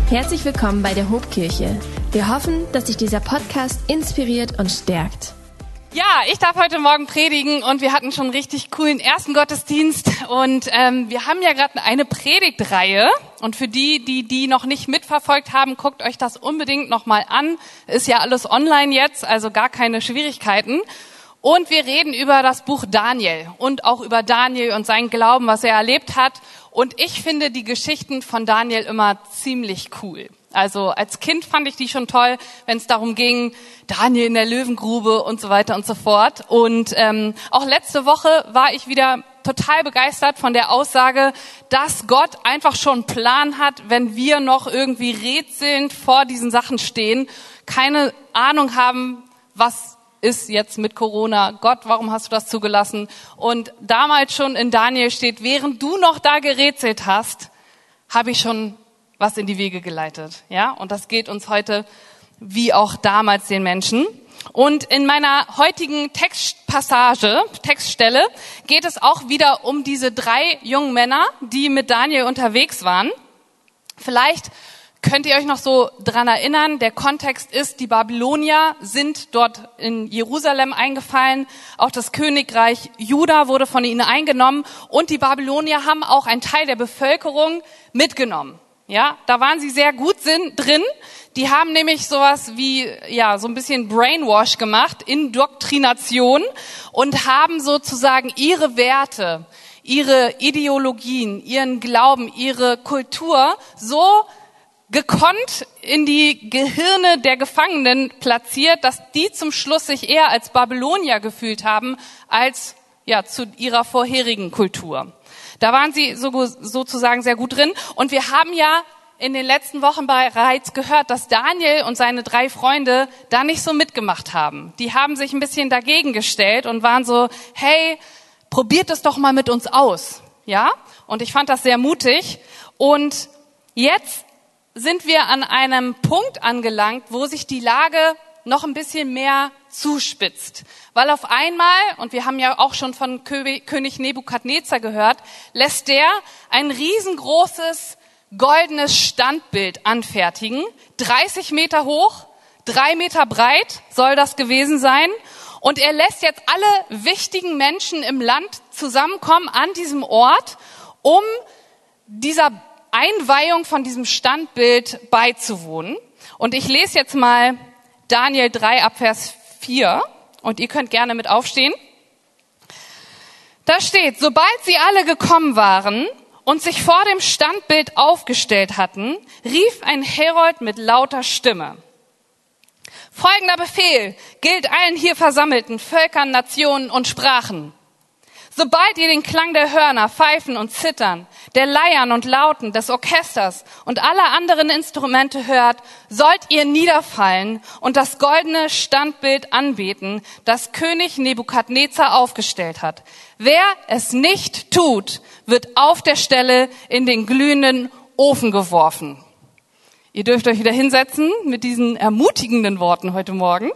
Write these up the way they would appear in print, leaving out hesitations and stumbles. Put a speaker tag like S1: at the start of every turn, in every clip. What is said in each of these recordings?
S1: Herzlich willkommen bei der Hobkirche. Wir hoffen, dass dich dieser Podcast inspiriert und stärkt.
S2: Ja, ich darf heute Morgen predigen und wir hatten schon einen richtig coolen ersten Gottesdienst und wir haben ja gerade eine Predigtreihe und für die noch nicht mitverfolgt haben, guckt euch das unbedingt nochmal an. Ist ja alles online jetzt, also gar keine Schwierigkeiten. Und wir reden über das Buch Daniel und auch über Daniel und seinen Glauben, was er erlebt hat. Und ich finde die Geschichten von Daniel immer ziemlich cool. Also als Kind fand ich die schon toll, wenn es darum ging, Daniel in der Löwengrube und so weiter und so fort. Und auch letzte Woche war ich wieder total begeistert von der Aussage, dass Gott einfach schon einen Plan hat, wenn wir noch irgendwie rätselnd vor diesen Sachen stehen, keine Ahnung haben, was ist jetzt mit Corona. Gott, warum hast du das zugelassen? Und damals schon in Daniel steht, während du noch da gerätselt hast, habe ich schon was in die Wege geleitet. Ja, und das geht uns heute wie auch damals den Menschen. Und in meiner heutigen Textstelle geht es auch wieder um diese 3 jungen Männer, die mit Daniel unterwegs waren. Vielleicht könnt ihr euch noch so dran erinnern, der Kontext ist, die Babylonier sind dort in Jerusalem eingefallen, auch das Königreich Juda wurde von ihnen eingenommen und die Babylonier haben auch einen Teil der Bevölkerung mitgenommen. Ja, da waren sie sehr gut drin. Die haben nämlich sowas wie, ja, so ein bisschen Brainwash gemacht, Indoktrination und haben sozusagen ihre Werte, ihre Ideologien, ihren Glauben, ihre Kultur so gekonnt in die Gehirne der Gefangenen platziert, dass die zum Schluss sich eher als Babylonier gefühlt haben, als ja zu ihrer vorherigen Kultur. Da waren sie sozusagen sehr gut drin. Und wir haben ja in den letzten Wochen bereits gehört, dass Daniel und seine 3 Freunde da nicht so mitgemacht haben. Die haben sich ein bisschen dagegen gestellt und waren so, hey, probiert es doch mal mit uns aus. Ja? Und ich fand das sehr mutig. Und jetzt sind wir an einem Punkt angelangt, wo sich die Lage noch ein bisschen mehr zuspitzt. Weil auf einmal, und wir haben ja auch schon von König Nebukadnezar gehört, lässt der ein riesengroßes goldenes Standbild anfertigen. 30 Meter hoch, 3 Meter breit soll das gewesen sein. Und er lässt jetzt alle wichtigen Menschen im Land zusammenkommen an diesem Ort, um dieser Einweihung von diesem Standbild beizuwohnen. Und ich lese jetzt mal Daniel 3 ab Vers 4 und ihr könnt gerne mit aufstehen. Da steht, sobald sie alle gekommen waren und sich vor dem Standbild aufgestellt hatten, rief ein Herold mit lauter Stimme. Folgender Befehl gilt allen hier versammelten Völkern, Nationen und Sprachen. Sobald ihr den Klang der Hörner, Pfeifen und Zittern, der Leiern und Lauten, des Orchesters und aller anderen Instrumente hört, sollt ihr niederfallen und das goldene Standbild anbeten, das König Nebukadnezar aufgestellt hat. Wer es nicht tut, wird auf der Stelle in den glühenden Ofen geworfen. Ihr dürft euch wieder hinsetzen mit diesen ermutigenden Worten heute Morgen.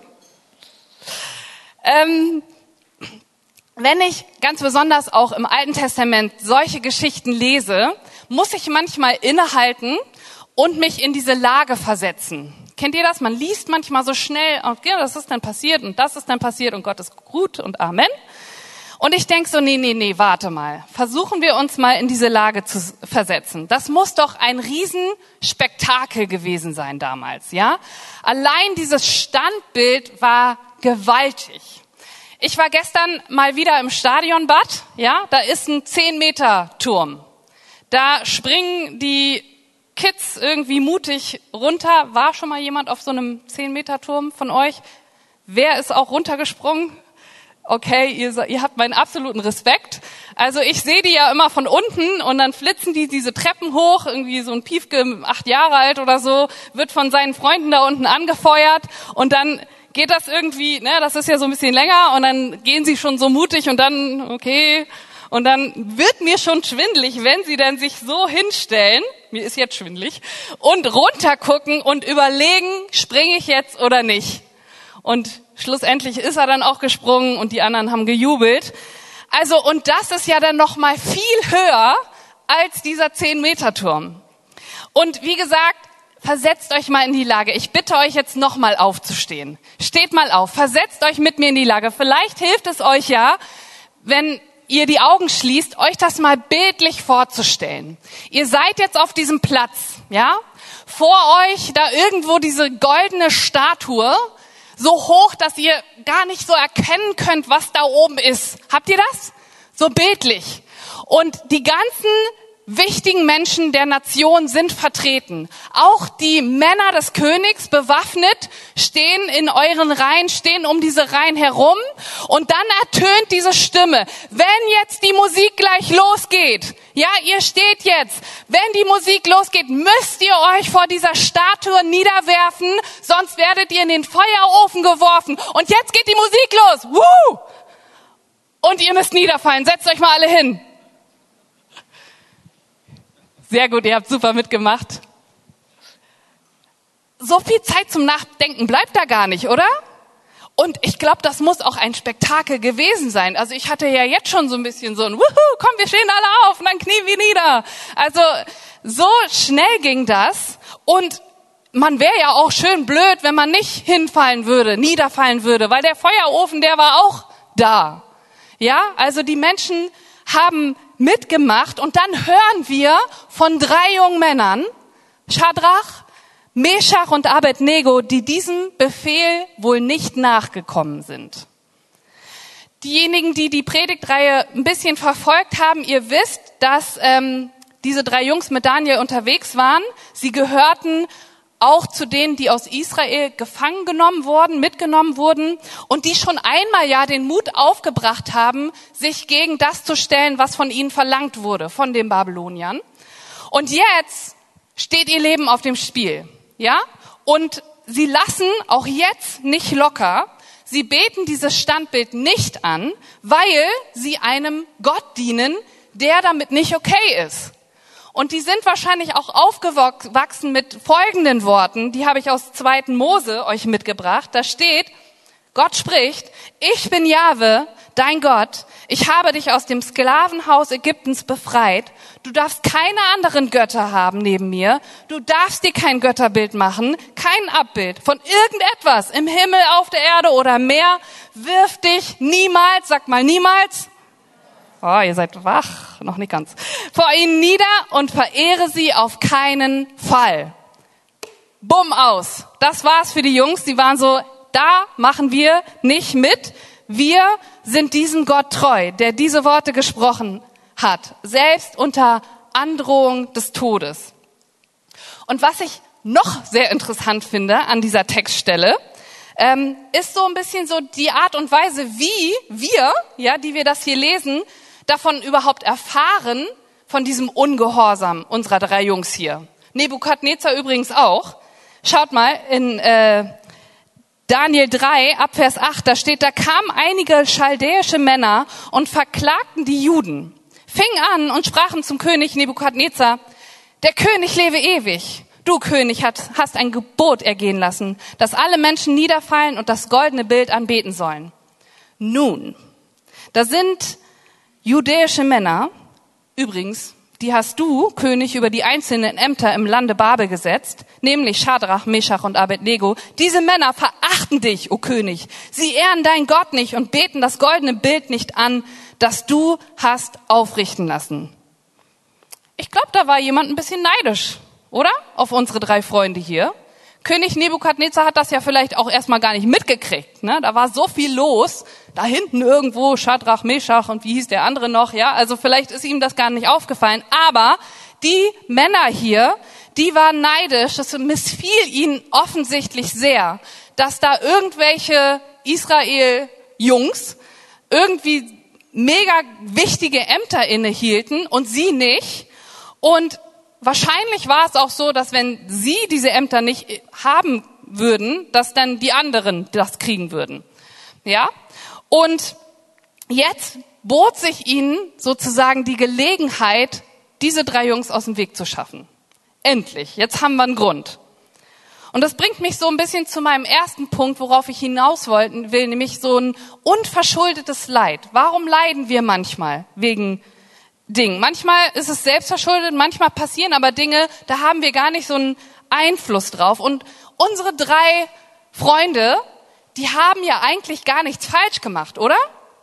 S2: Wenn ich ganz besonders auch im Alten Testament solche Geschichten lese, muss ich manchmal innehalten und mich in diese Lage versetzen. Kennt ihr das? Man liest manchmal so schnell, okay, das ist dann passiert und das ist dann passiert und Gott ist gut und Amen. Und ich denke so, nee, warte mal. Versuchen wir uns mal in diese Lage zu versetzen. Das muss doch ein Riesenspektakel gewesen sein damals, ja? Allein dieses Standbild war gewaltig. Ich war gestern mal wieder im Stadionbad, ja, da ist ein 10-Meter-Turm. Da springen die Kids irgendwie mutig runter. War schon mal jemand auf so einem 10-Meter-Turm von euch? Wer ist auch runtergesprungen? Okay, ihr habt meinen absoluten Respekt. Also ich sehe die ja immer von unten und dann flitzen die diese Treppen hoch, irgendwie so ein Piefke, 8 Jahre alt oder so, wird von seinen Freunden da unten angefeuert und dann geht das irgendwie, ne, das ist ja so ein bisschen länger und dann gehen sie schon so mutig und dann, okay, und dann wird mir schon schwindelig, wenn sie dann sich so hinstellen, mir ist jetzt schwindelig, und runtergucken und überlegen, springe ich jetzt oder nicht. Und schlussendlich ist er dann auch gesprungen und die anderen haben gejubelt. Also, und das ist ja dann noch mal viel höher als dieser 10-Meter-Turm. Und wie gesagt, versetzt euch mal in die Lage. Ich bitte euch jetzt nochmal aufzustehen. Steht mal auf, versetzt euch mit mir in die Lage. Vielleicht hilft es euch ja, wenn ihr die Augen schließt, euch das mal bildlich vorzustellen. Ihr seid jetzt auf diesem Platz, ja? Vor euch da irgendwo diese goldene Statue, so hoch, dass ihr gar nicht so erkennen könnt, was da oben ist. Habt ihr das? So bildlich. Und die ganzen wichtigen Menschen der Nation sind vertreten. Auch die Männer des Königs bewaffnet stehen in euren Reihen, stehen um diese Reihen herum. Und dann ertönt diese Stimme. Wenn jetzt die Musik gleich losgeht, ja, ihr steht jetzt, wenn die Musik losgeht, müsst ihr euch vor dieser Statue niederwerfen, sonst werdet ihr in den Feuerofen geworfen. Und jetzt geht die Musik los. Woo! Und ihr müsst niederfallen. Setzt euch mal alle hin. Sehr gut, ihr habt super mitgemacht. So viel Zeit zum Nachdenken bleibt da gar nicht, oder? Und ich glaube, das muss auch ein Spektakel gewesen sein. Also ich hatte ja jetzt schon so ein bisschen so ein Wuhu, komm, wir stehen alle auf und dann knien wir nieder. Also so schnell ging das. Und man wäre ja auch schön blöd, wenn man nicht hinfallen würde, niederfallen würde, weil der Feuerofen, der war auch da. Ja, also die Menschen haben mitgemacht und dann hören wir von 3 jungen Männern, Schadrach, Meschach und Abednego, die diesem Befehl wohl nicht nachgekommen sind. Diejenigen, die die Predigtreihe ein bisschen verfolgt haben, ihr wisst, dass diese 3 Jungs mit Daniel unterwegs waren. Sie gehörten auch zu denen, die aus Israel gefangen genommen wurden, mitgenommen wurden und die schon einmal ja den Mut aufgebracht haben, sich gegen das zu stellen, was von ihnen verlangt wurde, von den Babyloniern. Und jetzt steht ihr Leben auf dem Spiel, ja? Und sie lassen auch jetzt nicht locker. Sie beten dieses Standbild nicht an, weil sie einem Gott dienen, der damit nicht okay ist. Und die sind wahrscheinlich auch aufgewachsen mit folgenden Worten, die habe ich aus 2. Mose euch mitgebracht. Da steht, Gott spricht, ich bin Jahwe, dein Gott, ich habe dich aus dem Sklavenhaus Ägyptens befreit. Du darfst keine anderen Götter haben neben mir. Du darfst dir kein Götterbild machen, kein Abbild von irgendetwas im Himmel, auf der Erde oder im Meer. Wirf dich niemals, sag mal niemals, oh, ihr seid wach, noch nicht ganz, vor ihnen nieder und verehre sie auf keinen Fall. Bumm, aus. Das war's für die Jungs. Die waren so, da machen wir nicht mit. Wir sind diesem Gott treu, der diese Worte gesprochen hat, selbst unter Androhung des Todes. Und was ich noch sehr interessant finde an dieser Textstelle, ist so ein bisschen so die Art und Weise, wie wir, ja, die wir das hier lesen, davon überhaupt erfahren, von diesem Ungehorsam unserer 3 Jungs hier. Nebukadnezar übrigens auch. Schaut mal, in Daniel 3, ab Vers 8, da steht, da kamen einige chaldäische Männer und verklagten die Juden, fingen an und sprachen zum König Nebukadnezar, der König lebe ewig. Du, König, hast ein Gebot ergehen lassen, dass alle Menschen niederfallen und das goldene Bild anbeten sollen. Nun, da sind judäische Männer, übrigens, die hast du, König, über die einzelnen Ämter im Lande Babel gesetzt, nämlich Schadrach, Meschach und Abednego. Diese Männer verachten dich, o König. Sie ehren deinen Gott nicht und beten das goldene Bild nicht an, das du hast aufrichten lassen. Ich glaube, da war jemand ein bisschen neidisch, oder? Auf unsere 3 Freunde hier. König Nebukadnezar hat das ja vielleicht auch erstmal gar nicht mitgekriegt, ne? Da war so viel los. Da hinten irgendwo Schadrach, Meschach und wie hieß der andere noch, ja? Also vielleicht ist ihm das gar nicht aufgefallen. Aber die Männer hier, die waren neidisch. Das missfiel ihnen offensichtlich sehr, dass da irgendwelche Israel-Jungs irgendwie mega wichtige Ämter innehielten und sie nicht. Und wahrscheinlich war es auch so, dass wenn sie diese Ämter nicht haben würden, dass dann die anderen das kriegen würden. Ja? Und jetzt bot sich ihnen sozusagen die Gelegenheit, diese 3 Jungs aus dem Weg zu schaffen. Endlich, jetzt haben wir einen Grund. Und das bringt mich so ein bisschen zu meinem ersten Punkt, worauf ich hinaus will, nämlich so ein unverschuldetes Leid. Warum leiden wir manchmal wegen Ding. Manchmal ist es selbstverschuldet, manchmal passieren aber Dinge, da haben wir gar nicht so einen Einfluss drauf. Und unsere 3 Freunde, die haben ja eigentlich gar nichts falsch gemacht, oder?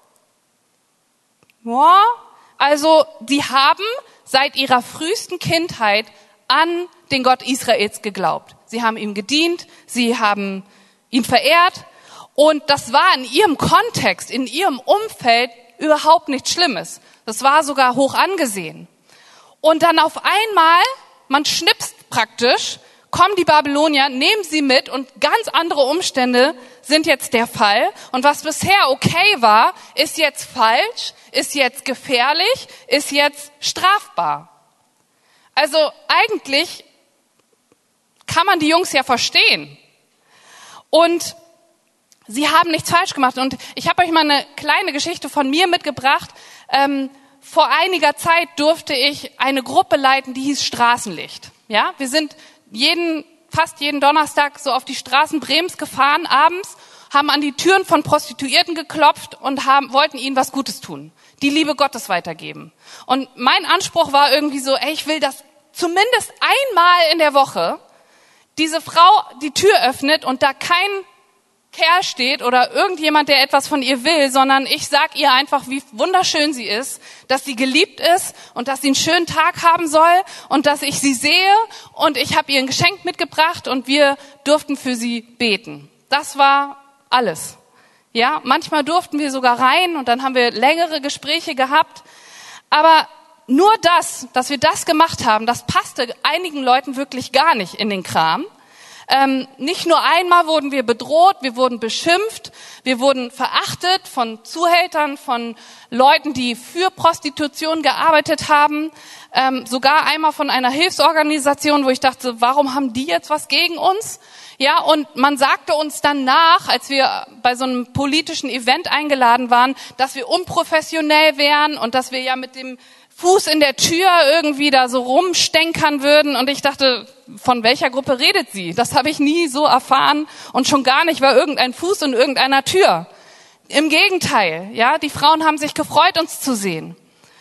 S2: Ja, also die haben seit ihrer frühesten Kindheit an den Gott Israels geglaubt. Sie haben ihm gedient, sie haben ihn verehrt und das war in ihrem Kontext, in ihrem Umfeld überhaupt nichts Schlimmes. Das war sogar hoch angesehen. Und dann auf einmal, man schnipst praktisch, kommen die Babylonier, nehmen sie mit und ganz andere Umstände sind jetzt der Fall. Und was bisher okay war, ist jetzt falsch, ist jetzt gefährlich, ist jetzt strafbar. Also eigentlich kann man die Jungs ja verstehen. Und sie haben nichts falsch gemacht. Und ich habe euch mal eine kleine Geschichte von mir mitgebracht. Vor einiger Zeit durfte ich eine Gruppe leiten, die hieß Straßenlicht. Ja, wir sind fast jeden Donnerstag so auf die Straßen Bremens gefahren, abends, haben an die Türen von Prostituierten geklopft und wollten ihnen was Gutes tun, die Liebe Gottes weitergeben. Und mein Anspruch war irgendwie so, ich will, dass zumindest einmal in der Woche diese Frau die Tür öffnet und da kein Kerl steht oder irgendjemand, der etwas von ihr will, sondern ich sag ihr einfach, wie wunderschön sie ist, dass sie geliebt ist und dass sie einen schönen Tag haben soll und dass ich sie sehe und ich habe ihr ein Geschenk mitgebracht und wir durften für sie beten. Das war alles. Ja, manchmal durften wir sogar rein und dann haben wir längere Gespräche gehabt, aber nur dass wir das gemacht haben, das passte einigen Leuten wirklich gar nicht in den Kram. Nicht nur einmal wurden wir bedroht, wir wurden beschimpft, wir wurden verachtet von Zuhältern, von Leuten, die für Prostitution gearbeitet haben, sogar einmal von einer Hilfsorganisation, wo ich dachte, warum haben die jetzt was gegen uns? Ja, und man sagte uns dann nach, als wir bei so einem politischen Event eingeladen waren, dass wir unprofessionell wären und dass wir ja mit dem Fuß in der Tür irgendwie da so rumstänkern würden. Und ich dachte, von welcher Gruppe redet sie? Das habe ich nie so erfahren und schon gar nicht war irgendein Fuß in irgendeiner Tür. Im Gegenteil, ja, die Frauen haben sich gefreut, uns zu sehen.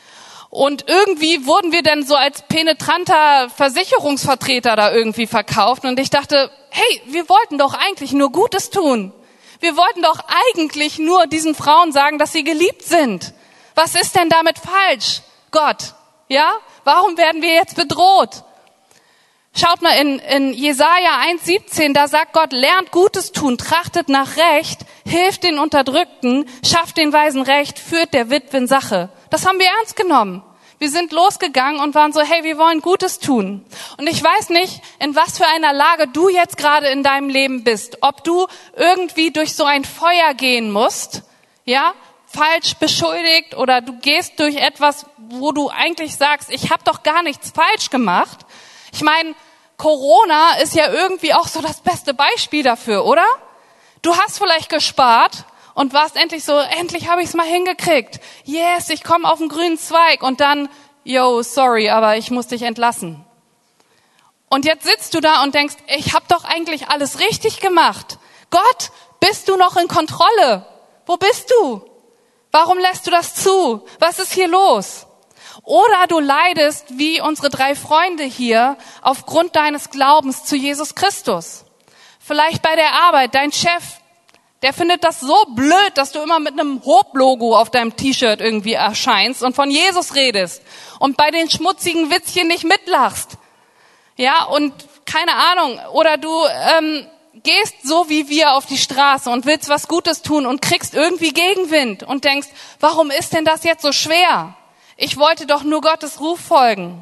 S2: Und irgendwie wurden wir dann so als penetranter Versicherungsvertreter da irgendwie verkauft. Und ich dachte, hey, wir wollten doch eigentlich nur Gutes tun. Wir wollten doch eigentlich nur diesen Frauen sagen, dass sie geliebt sind. Was ist denn damit falsch? Gott, ja? Warum werden wir jetzt bedroht? Schaut mal in Jesaja 1,17, da sagt Gott, lernt Gutes tun, trachtet nach Recht, hilft den Unterdrückten, schafft den Weisen Recht, führt der Witwen Sache. Das haben wir ernst genommen. Wir sind losgegangen und waren so, hey, wir wollen Gutes tun. Und ich weiß nicht, in was für einer Lage du jetzt gerade in deinem Leben bist. Ob du irgendwie durch so ein Feuer gehen musst, ja, falsch beschuldigt oder du gehst durch etwas, wo du eigentlich sagst, ich habe doch gar nichts falsch gemacht. Ich meine, Corona ist ja irgendwie auch so das beste Beispiel dafür, oder? Du hast vielleicht gespart und warst endlich habe ich es mal hingekriegt. Yes, ich komme auf den grünen Zweig und dann, sorry, aber ich muss dich entlassen. Und jetzt sitzt du da und denkst, ich habe doch eigentlich alles richtig gemacht. Gott, bist du noch in Kontrolle? Wo bist du? Warum lässt du das zu? Was ist hier los? Oder du leidest wie unsere 3 Freunde hier aufgrund deines Glaubens zu Jesus Christus. Vielleicht bei der Arbeit, dein Chef, der findet das so blöd, dass du immer mit einem Hope-Logo auf deinem T-Shirt irgendwie erscheinst und von Jesus redest und bei den schmutzigen Witzchen nicht mitlachst. Ja, und keine Ahnung. Oder du gehst so wie wir auf die Straße und willst was Gutes tun und kriegst irgendwie Gegenwind und denkst, warum ist denn das jetzt so schwer? Ich wollte doch nur Gottes Ruf folgen.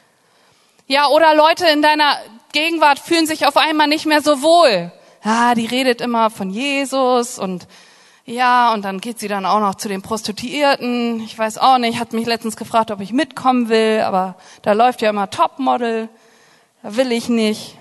S2: Ja, oder Leute in deiner Gegenwart fühlen sich auf einmal nicht mehr so wohl. Ja, die redet immer von Jesus und ja, und dann geht sie dann auch noch zu den Prostituierten. Ich weiß auch nicht, hat mich letztens gefragt, ob ich mitkommen will, aber da läuft ja immer Topmodel. Da will ich nicht.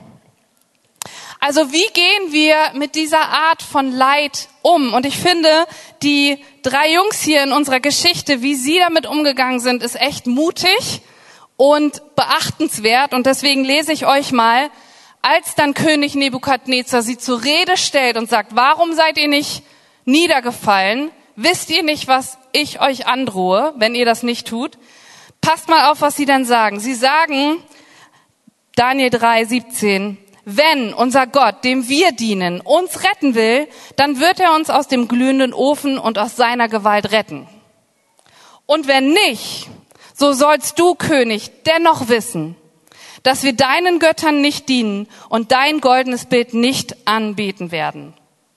S2: Also wie gehen wir mit dieser Art von Leid um? Und ich finde, die 3 Jungs hier in unserer Geschichte, wie sie damit umgegangen sind, ist echt mutig und beachtenswert. Und deswegen lese ich euch mal, als dann König Nebukadnezar sie zur Rede stellt und sagt, warum seid ihr nicht niedergefallen? Wisst ihr nicht, was ich euch androhe, wenn ihr das nicht tut? Passt mal auf, was sie dann sagen. Sie sagen, Daniel 3,17, wenn unser Gott, dem wir dienen, uns retten will, dann wird er uns aus dem glühenden Ofen und aus seiner Gewalt retten. Und wenn nicht, so sollst du, König, dennoch wissen, dass wir deinen Göttern nicht dienen und dein goldenes Bild nicht anbeten werden.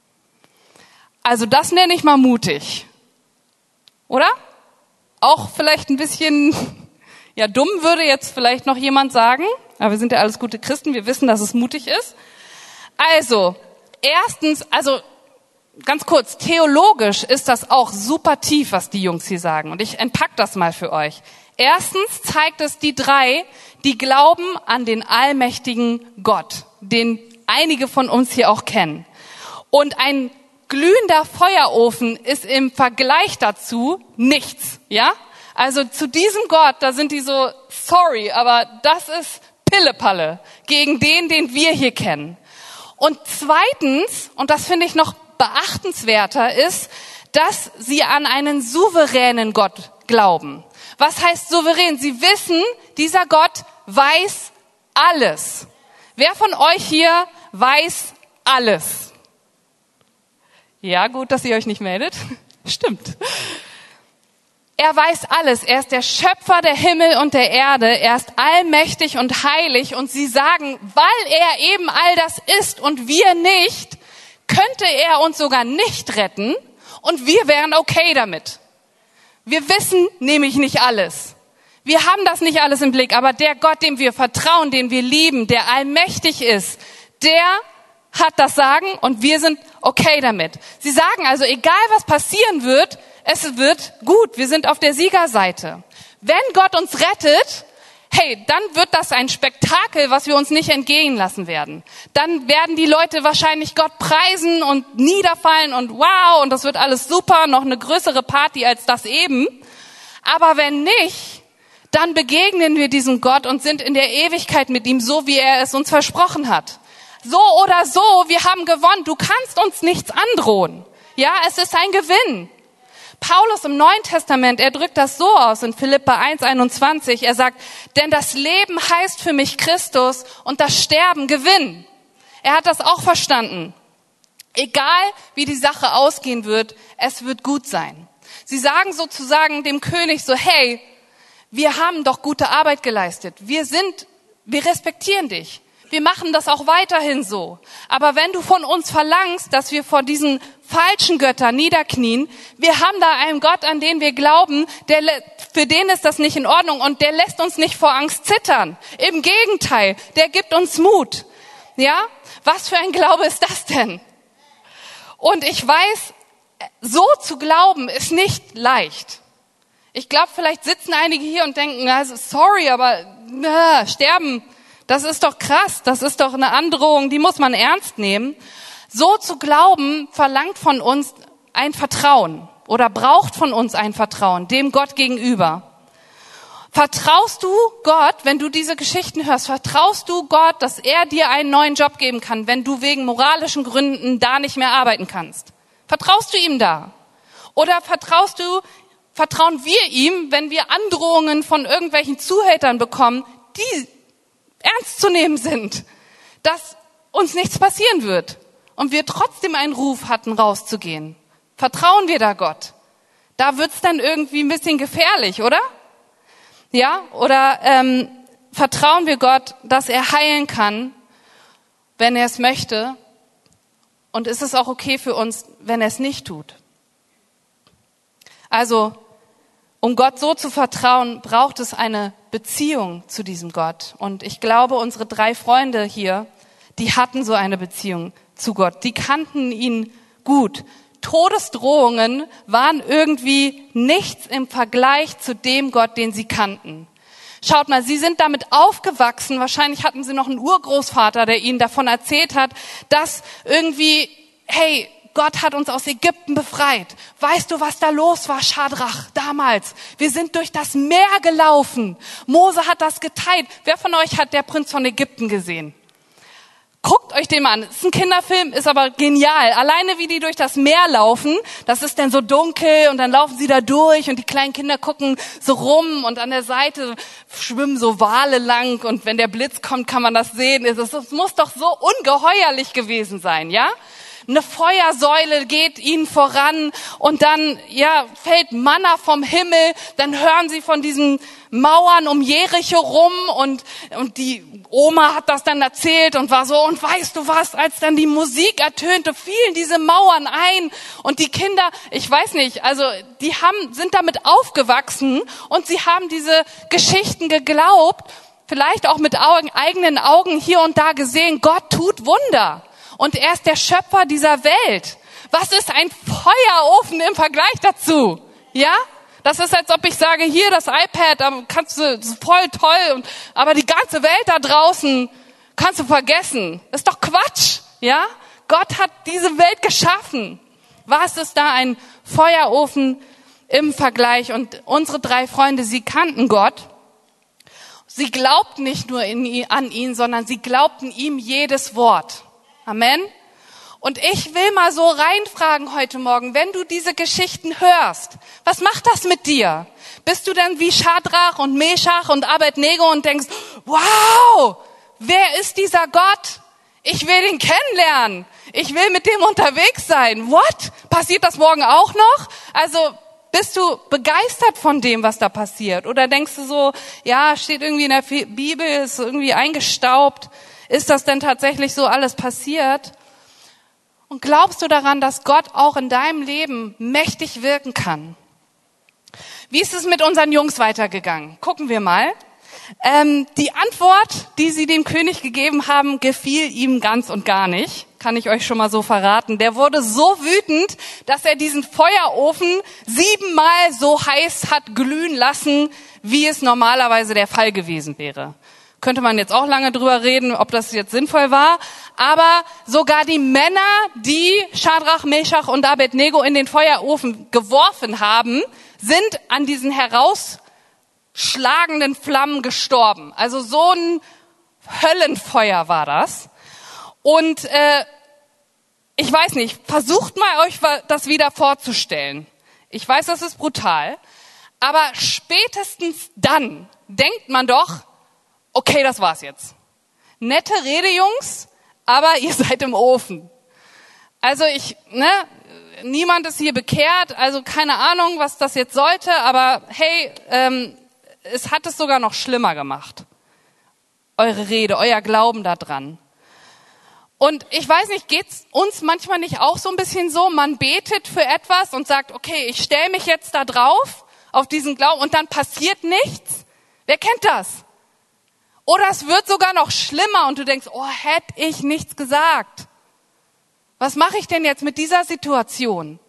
S2: Also das nenne ich mal mutig. Oder? Auch vielleicht ein bisschen, ja, dumm würde jetzt vielleicht noch jemand sagen. Aber wir sind ja alles gute Christen, wir wissen, dass es mutig ist. Also, erstens, ganz kurz, theologisch ist das auch super tief, was die Jungs hier sagen. Und ich entpack das mal für euch. Erstens zeigt es die drei, die glauben an den allmächtigen Gott, den einige von uns hier auch kennen. Und ein glühender Feuerofen ist im Vergleich dazu nichts, ja? Also zu diesem Gott, da sind die so, sorry, aber das ist Pillepalle gegen den wir hier kennen. Und zweitens, und das finde ich noch beachtenswerter, ist, dass sie an einen souveränen Gott glauben. Was heißt souverän? Sie wissen, dieser Gott weiß alles. Wer von euch hier weiß alles? Ja, gut, dass ihr euch nicht meldet. Stimmt. Er weiß alles. Er ist der Schöpfer der Himmel und der Erde. Er ist allmächtig und heilig. Und sie sagen, weil er eben all das ist und wir nicht, könnte er uns sogar nicht retten und wir wären okay damit. Wir wissen nämlich nicht alles. Wir haben das nicht alles im Blick. Aber der Gott, dem wir vertrauen, den wir lieben, der allmächtig ist, der hat das Sagen und wir sind okay damit. Sie sagen also, egal was passieren wird, es wird gut, wir sind auf der Siegerseite. Wenn Gott uns rettet, hey, dann wird das ein Spektakel, was wir uns nicht entgehen lassen werden. Dann werden die Leute wahrscheinlich Gott preisen und niederfallen und wow, und das wird alles super, noch eine größere Party als das eben. Aber wenn nicht, dann begegnen wir diesem Gott und sind in der Ewigkeit mit ihm, so wie er es uns versprochen hat. So oder so, wir haben gewonnen. Du kannst uns nichts androhen. Ja, es ist ein Gewinn. Paulus im Neuen Testament, er drückt das so aus in Philipper 1,21. Er sagt, denn das Leben heißt für mich Christus und das Sterben Gewinn. Er hat das auch verstanden. Egal, wie die Sache ausgehen wird, es wird gut sein. Sie sagen sozusagen dem König so, hey, wir haben doch gute Arbeit geleistet. Wir respektieren dich. Wir machen das auch weiterhin so. Aber wenn du von uns verlangst, dass wir vor diesen falschen Göttern niederknien, wir haben da einen Gott, an den wir glauben, für den ist das nicht in Ordnung und der lässt uns nicht vor Angst zittern. Im Gegenteil, der gibt uns Mut. Ja? Was für ein Glaube ist das denn? Und ich weiß, so zu glauben ist nicht leicht. Ich glaube, vielleicht sitzen einige hier und denken, also sorry, aber sterben, das ist doch krass, das ist doch eine Androhung, die muss man ernst nehmen. So zu glauben verlangt von uns ein Vertrauen oder braucht von uns ein Vertrauen dem Gott gegenüber. Vertraust du Gott, wenn du diese Geschichten hörst, vertraust du Gott, dass er dir einen neuen Job geben kann, wenn du wegen moralischen Gründen da nicht mehr arbeiten kannst? Vertraust du ihm da? Oder vertrauen wir ihm, wenn wir Androhungen von irgendwelchen Zuhältern bekommen, die ernst zu nehmen sind, dass uns nichts passieren wird und wir trotzdem einen Ruf hatten, rauszugehen? Vertrauen wir da Gott? Da wird's dann irgendwie ein bisschen gefährlich, oder? Ja? Oder vertrauen wir Gott, dass er heilen kann, wenn er es möchte? Und ist es auch okay für uns, wenn er es nicht tut? Also, um Gott so zu vertrauen, braucht es eine Beziehung zu diesem Gott. Und ich glaube, unsere 3 Freunde hier, die hatten so eine Beziehung zu Gott. Die kannten ihn gut. Todesdrohungen waren irgendwie nichts im Vergleich zu dem Gott, den sie kannten. Schaut mal, sie sind damit aufgewachsen. Wahrscheinlich hatten sie noch einen Urgroßvater, der ihnen davon erzählt hat, dass irgendwie, hey, Gott hat uns aus Ägypten befreit. Weißt du, was da los war, Schadrach, damals? Wir sind durch das Meer gelaufen. Mose hat das geteilt. Wer von euch hat der Prinz von Ägypten gesehen? Guckt euch den mal an. Ist ein Kinderfilm, ist aber genial. Alleine wie die durch das Meer laufen, das ist dann so dunkel und dann laufen sie da durch und die kleinen Kinder gucken so rum und an der Seite schwimmen so Wale lang und wenn der Blitz kommt, kann man das sehen. Es muss doch so ungeheuerlich gewesen sein, ja? Eine Feuersäule geht ihnen voran und dann fällt Manna vom Himmel, dann hören sie von diesen Mauern um Jericho rum und die Oma hat das dann erzählt und war so, und weißt du was, als dann die Musik ertönte, fielen diese Mauern ein und die Kinder, ich weiß nicht, also die sind damit aufgewachsen und sie haben diese Geschichten geglaubt, vielleicht auch mit eigenen Augen hier und da gesehen, Gott tut Wunder. Und er ist der Schöpfer dieser Welt. Was ist ein Feuerofen im Vergleich dazu? Ja? Das ist, als ob ich sage, hier das iPad, da kannst du, das ist voll toll, aber die ganze Welt da draußen kannst du vergessen. Das ist doch Quatsch, ja? Gott hat diese Welt geschaffen. Was ist da ein Feuerofen im Vergleich? Und unsere 3 Freunde, sie kannten Gott. Sie glaubten nicht nur an ihn, sondern sie glaubten ihm jedes Wort. Amen. Und ich will mal so reinfragen heute Morgen, wenn du diese Geschichten hörst, was macht das mit dir? Bist du denn wie Schadrach und Meschach und Abednego und denkst, wow, wer ist dieser Gott? Ich will ihn kennenlernen. Ich will mit dem unterwegs sein. What? Passiert das morgen auch noch? Also bist du begeistert von dem, was da passiert? Oder denkst du so, ja, steht irgendwie in der Bibel, ist irgendwie eingestaubt. Ist das denn tatsächlich so alles passiert? Und glaubst du daran, dass Gott auch in deinem Leben mächtig wirken kann? Wie ist es mit unseren Jungs weitergegangen? Gucken wir mal. Die Antwort, die sie dem König gegeben haben, gefiel ihm ganz und gar nicht. Kann ich euch schon mal so verraten. Der wurde so wütend, dass er diesen Feuerofen 7-mal so heiß hat glühen lassen, wie es normalerweise der Fall gewesen wäre. Könnte man jetzt auch lange drüber reden, ob das jetzt sinnvoll war. Aber sogar die Männer, die Schadrach, Meschach und Abednego in den Feuerofen geworfen haben, sind an diesen herausschlagenden Flammen gestorben. Also so ein Höllenfeuer war das. Und ich weiß nicht, versucht mal euch das wieder vorzustellen. Ich weiß, das ist brutal. Aber spätestens dann denkt man doch, okay, das war's jetzt. Nette Rede, Jungs, aber ihr seid im Ofen. Also niemand ist hier bekehrt, also keine Ahnung, was das jetzt sollte, aber hey, es hat es sogar noch schlimmer gemacht. Eure Rede, euer Glauben da dran. Und ich weiß nicht, geht's uns manchmal nicht auch so ein bisschen so, man betet für etwas und sagt, okay, ich stelle mich jetzt da drauf, auf diesen Glauben, und dann passiert nichts? Wer kennt das? Oder es wird sogar noch schlimmer und du denkst, oh, hätte ich nichts gesagt. Was mache ich denn jetzt mit dieser Situation?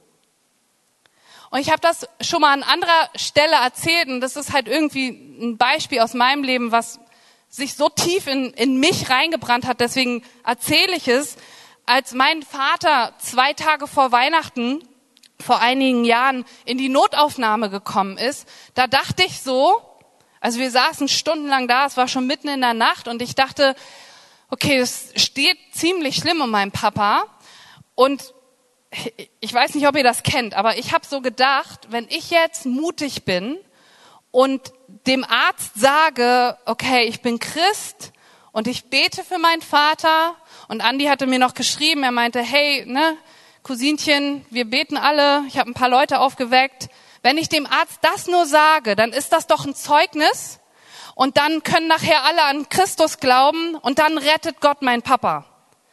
S2: Und ich habe das schon mal an anderer Stelle erzählt und das ist halt irgendwie ein Beispiel aus meinem Leben, was sich so tief in mich reingebrannt hat. Deswegen erzähle ich es. Als mein Vater 2 Tage vor Weihnachten, vor einigen Jahren, in die Notaufnahme gekommen ist, da dachte ich so, also wir saßen stundenlang da, es war schon mitten in der Nacht und ich dachte, okay, es steht ziemlich schlimm um meinen Papa. Und ich weiß nicht, ob ihr das kennt, aber ich habe so gedacht, wenn ich jetzt mutig bin und dem Arzt sage, okay, ich bin Christ und ich bete für meinen Vater, und Andi hatte mir noch geschrieben, er meinte, hey, Cousinchen, wir beten alle, ich habe ein paar Leute aufgeweckt. Wenn ich dem Arzt das nur sage, dann ist das doch ein Zeugnis und dann können nachher alle an Christus glauben und dann rettet Gott meinen Papa.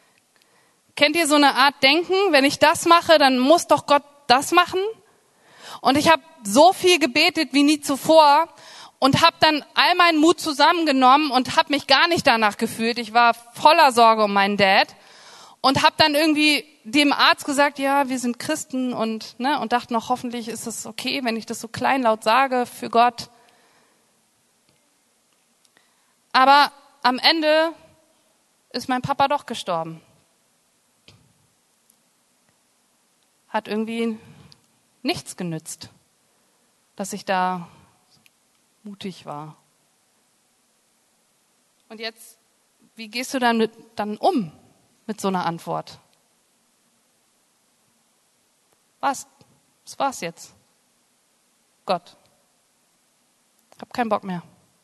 S2: Kennt ihr so eine Art Denken? Wenn ich das mache, dann muss doch Gott das machen? Und ich habe so viel gebetet wie nie zuvor und habe dann all meinen Mut zusammengenommen und habe mich gar nicht danach gefühlt. Ich war voller Sorge um meinen Dad und habe dann irgendwie dem Arzt gesagt, ja, wir sind Christen und dachte noch, hoffentlich ist es okay, wenn ich das so kleinlaut sage für Gott. Aber am Ende ist mein Papa doch gestorben. Hat irgendwie nichts genützt, dass ich da mutig war. Und jetzt, wie gehst du damit dann um? mit so einer Antwort. Was? Das war's jetzt. Gott. Ich habe keinen Bock mehr.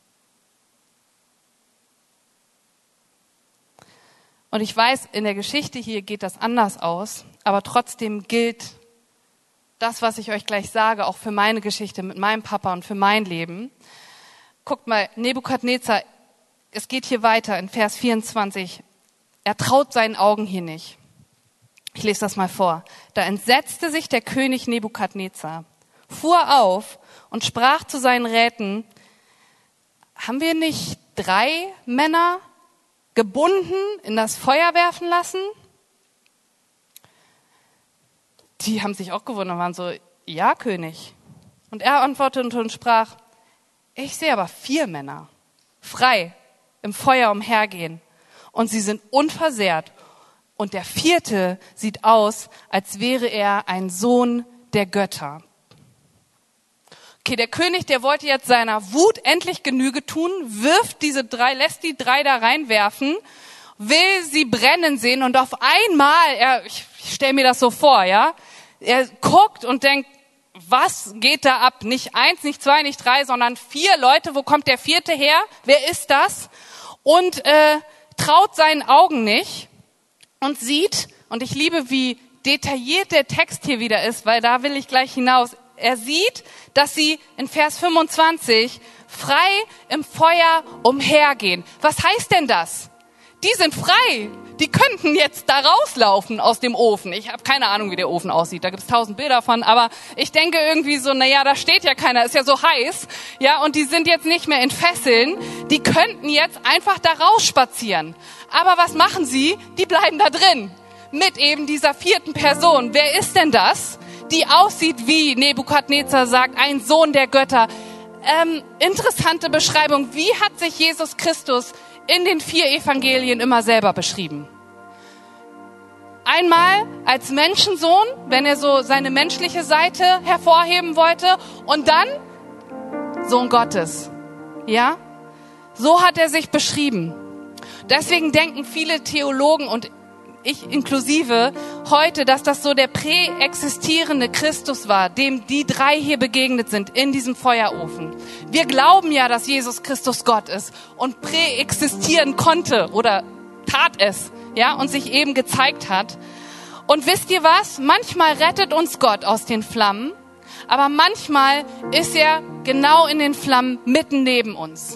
S2: Und ich weiß, in der Geschichte hier geht das anders aus, aber trotzdem gilt das, was ich euch gleich sage, auch für meine Geschichte mit meinem Papa und für mein Leben. Guckt mal, Nebukadnezar, es geht hier weiter in Vers 24. Er traut seinen Augen hier nicht. Ich lese das mal vor. Da entsetzte sich der König Nebukadnezar, fuhr auf und sprach zu seinen Räten: Haben wir nicht 3 Männer gebunden in das Feuer werfen lassen? Die haben sich auch gewundert, waren so: Ja, König. Und er antwortete und sprach: Ich sehe aber 4 Männer frei im Feuer umhergehen und sie sind unversehrt. Und der 4. sieht aus, als wäre er ein Sohn der Götter. Okay, der König, der wollte jetzt seiner Wut endlich Genüge tun, lässt die 3 da reinwerfen, will sie brennen sehen und auf einmal, ich stelle mir das so vor, ja, er guckt und denkt, was geht da ab? Nicht 1, nicht 2, nicht 3, sondern 4 Leute. Wo kommt der 4. her? Wer ist das? Und traut seinen Augen nicht und sieht, und ich liebe, wie detailliert der Text hier wieder ist, weil da will ich gleich hinaus. Er sieht, dass sie in Vers 25 frei im Feuer umhergehen. Was heißt denn das? Die sind frei. Die könnten jetzt da rauslaufen aus dem Ofen. Ich habe keine Ahnung, wie der Ofen aussieht. Da gibt's 1000 Bilder von. Aber ich denke irgendwie so, naja, da steht ja keiner. Ist ja so heiß. Ja, und die sind jetzt nicht mehr in Fesseln. Die könnten jetzt einfach da rausspazieren. Aber was machen sie? Die bleiben da drin. Mit eben dieser 4. Person. Wer ist denn das? Die aussieht wie Nebukadnezar sagt, ein Sohn der Götter. Interessante Beschreibung. Wie hat sich Jesus Christus in den 4 Evangelien immer selber beschrieben? Einmal als Menschensohn, wenn er so seine menschliche Seite hervorheben wollte, und dann Sohn Gottes. Ja? So hat er sich beschrieben. Deswegen denken viele Theologen und ich inklusive heute, dass das so der präexistierende Christus war, dem die 3 hier begegnet sind in diesem Feuerofen. Wir glauben ja, dass Jesus Christus Gott ist und präexistieren konnte oder tat es, ja, und sich eben gezeigt hat. Und wisst ihr was? Manchmal rettet uns Gott aus den Flammen, aber manchmal ist er genau in den Flammen mitten neben uns.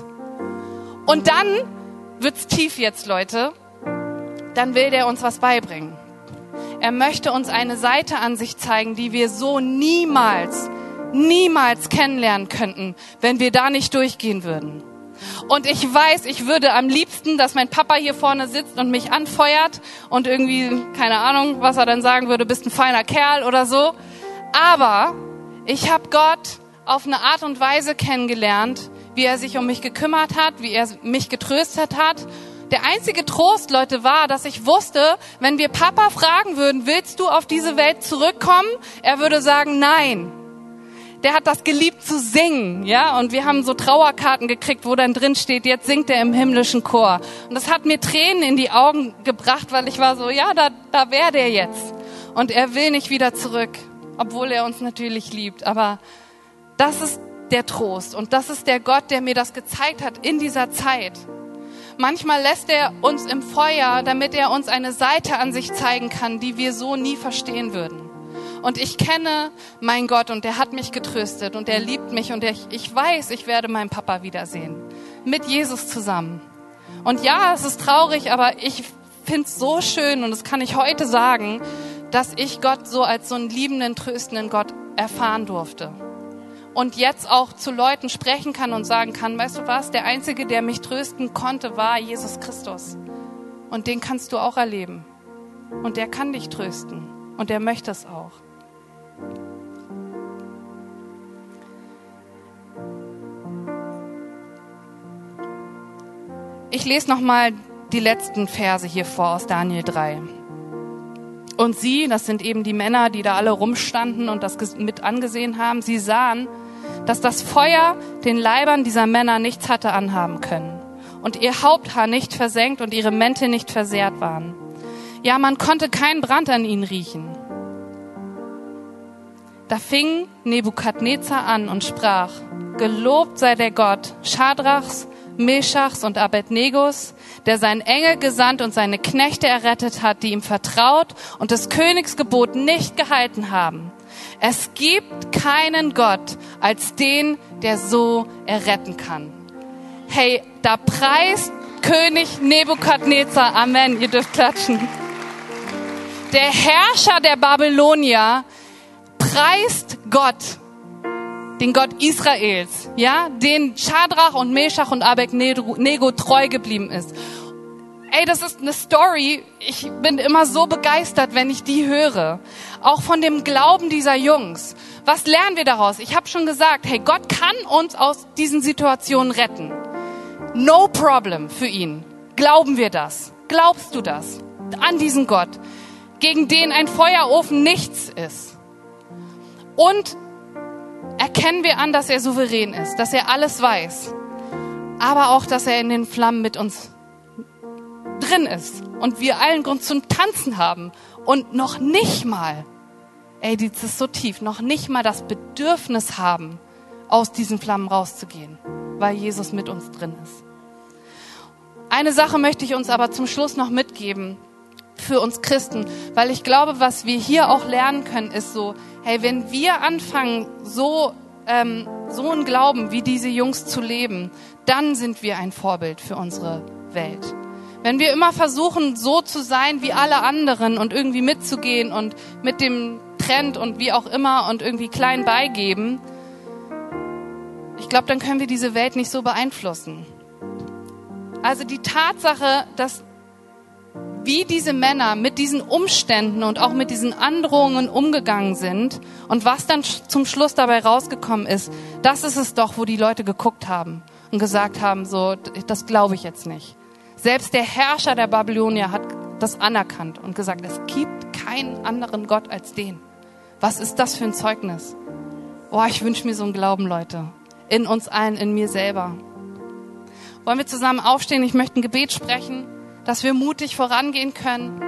S2: Und dann wird's tief jetzt, Leute. Dann will der uns was beibringen. Er möchte uns eine Seite an sich zeigen, die wir so niemals kennenlernen könnten, wenn wir da nicht durchgehen würden. Und ich weiß, ich würde am liebsten, dass mein Papa hier vorne sitzt und mich anfeuert und irgendwie, keine Ahnung, was er dann sagen würde, bist ein feiner Kerl oder so. Aber ich habe Gott auf eine Art und Weise kennengelernt, wie er sich um mich gekümmert hat, wie er mich getröstet hat. Der einzige Trost, Leute, war, dass ich wusste, wenn wir Papa fragen würden, willst du auf diese Welt zurückkommen? Er würde sagen, nein. Der hat das geliebt zu singen, ja? Und wir haben so Trauerkarten gekriegt, wo dann drin steht, jetzt singt er im himmlischen Chor. Und das hat mir Tränen in die Augen gebracht, weil ich war so, ja, da wäre der jetzt. Und er will nicht wieder zurück, obwohl er uns natürlich liebt. Aber das ist der Trost und das ist der Gott, der mir das gezeigt hat in dieser Zeit. Manchmal lässt er uns im Feuer, damit er uns eine Seite an sich zeigen kann, die wir so nie verstehen würden. Und ich kenne meinen Gott und der hat mich getröstet und er liebt mich und ich weiß, ich werde meinen Papa wiedersehen. Mit Jesus zusammen. Und ja, es ist traurig, aber ich finde es so schön und das kann ich heute sagen, dass ich Gott so als so einen liebenden, tröstenden Gott erfahren durfte. Und jetzt auch zu Leuten sprechen kann und sagen kann, weißt du was, der Einzige, der mich trösten konnte, war Jesus Christus. Und den kannst du auch erleben. Und der kann dich trösten. Und der möchte es auch. Ich lese nochmal die letzten Verse hier vor aus Daniel 3. Und sie, das sind eben die Männer, die da alle rumstanden und das mit angesehen haben, sie sahen, dass das Feuer den Leibern dieser Männer nichts hatte anhaben können und ihr Haupthaar nicht versenkt und ihre Mäntel nicht versehrt waren. Ja, man konnte keinen Brand an ihnen riechen. Da fing Nebukadnezar an und sprach: Gelobt sei der Gott Schadrachs, Meschachs und Abednegos, der seinen Engel gesandt und seine Knechte errettet hat, die ihm vertraut und des Königs Gebot nicht gehalten haben. Es gibt keinen Gott als den, der so erretten kann. Hey, da preist König Nebukadnezar, Amen, ihr dürft klatschen. Der Herrscher der Babylonier preist Gott, den Gott Israels, ja, den Schadrach und Meschach und Abednego treu geblieben ist. Ey, das ist eine Story, ich bin immer so begeistert, wenn ich die höre. Auch von dem Glauben dieser Jungs. Was lernen wir daraus? Ich habe schon gesagt, hey, Gott kann uns aus diesen Situationen retten. No problem für ihn. Glauben wir das? Glaubst du das? An diesen Gott, gegen den ein Feuerofen nichts ist. Und erkennen wir an, dass er souverän ist, dass er alles weiß. Aber auch, dass er in den Flammen mit uns drin ist und wir allen Grund zum Tanzen haben und noch nicht mal, das ist so tief, noch nicht mal das Bedürfnis haben, aus diesen Flammen rauszugehen, weil Jesus mit uns drin ist. Eine Sache möchte ich uns aber zum Schluss noch mitgeben für uns Christen, weil ich glaube, was wir hier auch lernen können, ist so, hey, wenn wir anfangen, so einen Glauben wie diese Jungs zu leben, dann sind wir ein Vorbild für unsere Welt. Wenn wir immer versuchen, so zu sein wie alle anderen und irgendwie mitzugehen und mit dem Trend und wie auch immer und irgendwie klein beigeben, ich glaube, dann können wir diese Welt nicht so beeinflussen. Also die Tatsache, dass wie diese Männer mit diesen Umständen und auch mit diesen Androhungen umgegangen sind und was dann zum Schluss dabei rausgekommen ist, das ist es doch, wo die Leute geguckt haben und gesagt haben, so, das glaube ich jetzt nicht. Selbst der Herrscher der Babylonier hat das anerkannt und gesagt, es gibt keinen anderen Gott als den. Was ist das für ein Zeugnis? Oh, ich wünsche mir so einen Glauben, Leute. In uns allen, in mir selber. Wollen wir zusammen aufstehen? Ich möchte ein Gebet sprechen, dass wir mutig vorangehen können,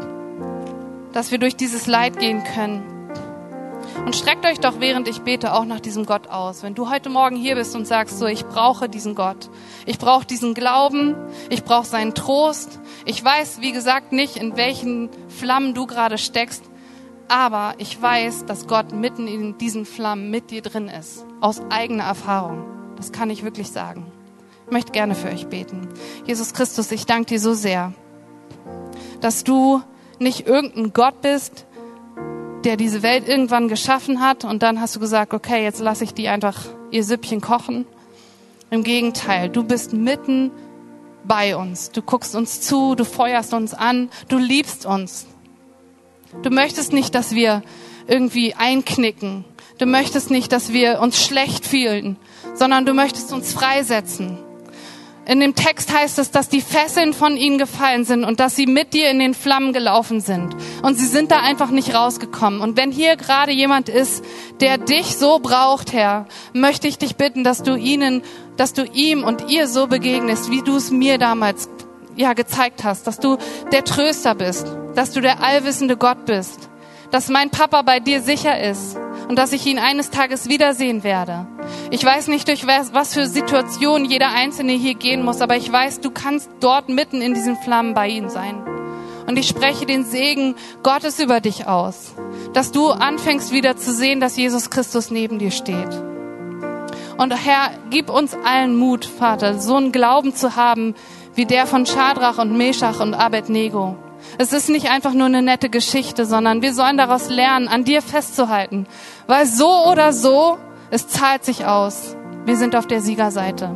S2: dass wir durch dieses Leid gehen können. Und streckt euch doch, während ich bete, auch nach diesem Gott aus. Wenn du heute Morgen hier bist und sagst, so, ich brauche diesen Gott. Ich brauche diesen Glauben. Ich brauche seinen Trost. Ich weiß, wie gesagt, nicht, in welchen Flammen du gerade steckst. Aber ich weiß, dass Gott mitten in diesen Flammen mit dir drin ist. Aus eigener Erfahrung. Das kann ich wirklich sagen. Ich möchte gerne für euch beten. Jesus Christus, ich danke dir so sehr, dass du nicht irgendein Gott bist, der diese Welt irgendwann geschaffen hat und dann hast du gesagt, okay, jetzt lasse ich die einfach ihr Süppchen kochen. Im Gegenteil, du bist mitten bei uns. Du guckst uns zu, du feuerst uns an, du liebst uns. Du möchtest nicht, dass wir irgendwie einknicken. Du möchtest nicht, dass wir uns schlecht fühlen, sondern du möchtest uns freisetzen. In dem Text heißt es, dass die Fesseln von ihnen gefallen sind und dass sie mit dir in den Flammen gelaufen sind. Und sie sind da einfach nicht rausgekommen. Und wenn hier gerade jemand ist, der dich so braucht, Herr, möchte ich dich bitten, dass du ihm und ihr so begegnest, wie du es mir damals gezeigt hast. Dass du der Tröster bist, dass du der allwissende Gott bist, dass mein Papa bei dir sicher ist und dass ich ihn eines Tages wiedersehen werde. Ich weiß nicht, durch was für Situationen jeder Einzelne hier gehen muss, aber ich weiß, du kannst dort mitten in diesen Flammen bei ihm sein. Und ich spreche den Segen Gottes über dich aus, dass du anfängst wieder zu sehen, dass Jesus Christus neben dir steht. Und Herr, gib uns allen Mut, Vater, so einen Glauben zu haben, wie der von Schadrach und Meschach und Abednego. Es ist nicht einfach nur eine nette Geschichte, sondern wir sollen daraus lernen, an dir festzuhalten. Weil so oder so, es zahlt sich aus. Wir sind auf der Siegerseite.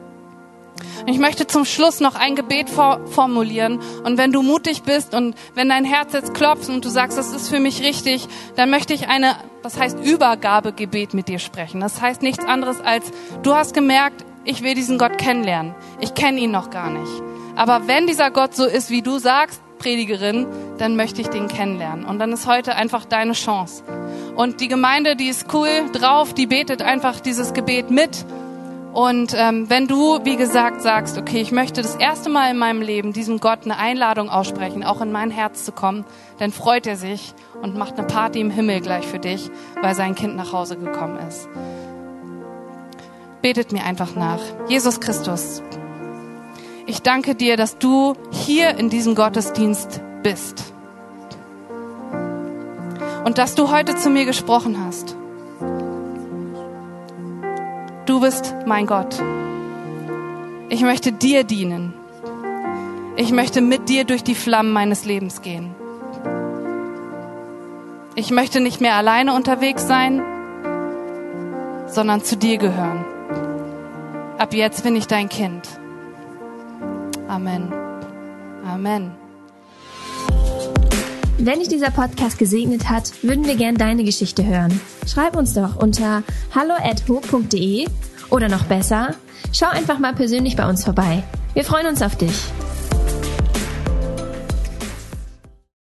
S2: Ich möchte zum Schluss noch ein Gebet formulieren. Und wenn du mutig bist und wenn dein Herz jetzt klopft und du sagst, das ist für mich richtig, dann möchte ich Übergabegebet mit dir sprechen. Das heißt nichts anderes als, du hast gemerkt, ich will diesen Gott kennenlernen. Ich kenne ihn noch gar nicht. Aber wenn dieser Gott so ist, wie du sagst, Predigerin, dann möchte ich den kennenlernen. Und dann ist heute einfach deine Chance. Und die Gemeinde, die ist cool drauf, die betet einfach dieses Gebet mit. Und wenn du, wie gesagt, sagst, okay, ich möchte das erste Mal in meinem Leben diesem Gott eine Einladung aussprechen, auch in mein Herz zu kommen, dann freut er sich und macht eine Party im Himmel gleich für dich, weil sein Kind nach Hause gekommen ist. Betet mir einfach nach. Jesus Christus, ich danke dir, dass du hier in diesem Gottesdienst bist. Und dass du heute zu mir gesprochen hast. Du bist mein Gott. Ich möchte dir dienen. Ich möchte mit dir durch die Flammen meines Lebens gehen. Ich möchte nicht mehr alleine unterwegs sein, sondern zu dir gehören. Ab jetzt bin ich dein Kind. Amen. Amen.
S1: Wenn dich dieser Podcast gesegnet hat, würden wir gern deine Geschichte hören. Schreib uns doch unter hallo@hope.de oder noch besser, schau einfach mal persönlich bei uns vorbei. Wir freuen uns auf dich.